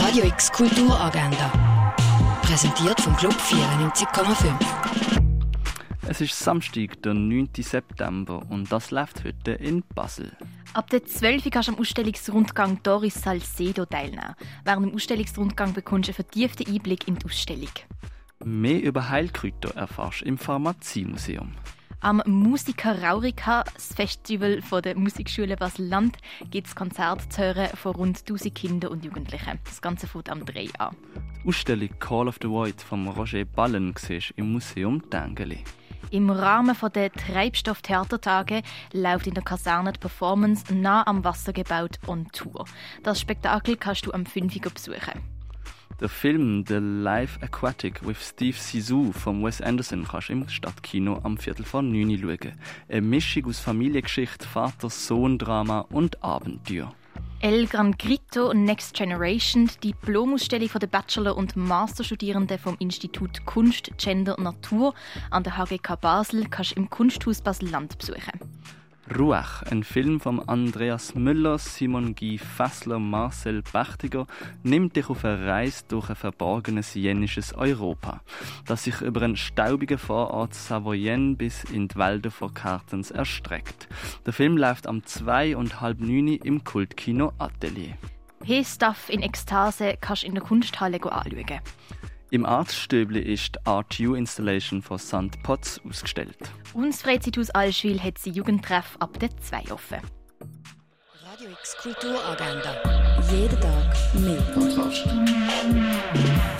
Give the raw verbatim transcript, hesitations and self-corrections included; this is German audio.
Radio X Kulturagenda. Präsentiert vom Club vierundneunzig Komma fünf. Es ist Samstag, der neunten September, und das läuft heute in Basel. Ab der zwölf Uhr kannst du am Ausstellungsrundgang Doris Salcedo teilnehmen. Während dem Ausstellungsrundgang bekommst du einen vertieften Einblick in die Ausstellung. Mehr über Heilkräuter erfährst du im Pharmaziemuseum. Am Musica Raurica, das Festival von der Musikschule Basel-Land, gibt es Konzerte zu hören von rund tausend Kindern und Jugendlichen. Das Ganze fängt am drei an. Die Ausstellung «Call of the Void» von Roger Ballen siehst im Museum Dengeli. Im Rahmen der Treibstoff-Theatertage läuft in der Kaserne die Performance «Nah am Wasser gebaut» on Tour. Das Spektakel kannst du am fünf Uhr besuchen. Der Film «The Life Aquatic» with Steve Zissou von Wes Anderson kannst du im Stadtkino am Viertel vor neun Uhr schauen. Eine Mischung aus Familiengeschichte, Vater-Sohn-Drama und Abenteuer. El Gran Grito Next Generation, die Diplomausstellung der Bachelor- und Masterstudierenden vom Institut Kunst, Gender, Natur an der H G K Basel kannst du im Kunsthaus Basel-Land besuchen. Ruach, ein Film von Andreas Müller, Simon Guy Fessler, Marcel Bachtiger, nimmt dich auf eine Reise durch ein verborgenes jenisches Europa, das sich über einen staubigen Vorort Savoyen bis in die Wälder von Cartens erstreckt. Der Film läuft am zwei und halb neun im Kultkino Atelier. P-Stuff in Ekstase kannst du in der Kunsthalle anschauen. Im Artstöbli ist die Art U-Installation von Sankt Potz ausgestellt. Und das Freizeithaus Allschwil hat sein Jugendtreff ab der zwei offen. Radio X Kulturagenda. Jeden Tag mehr.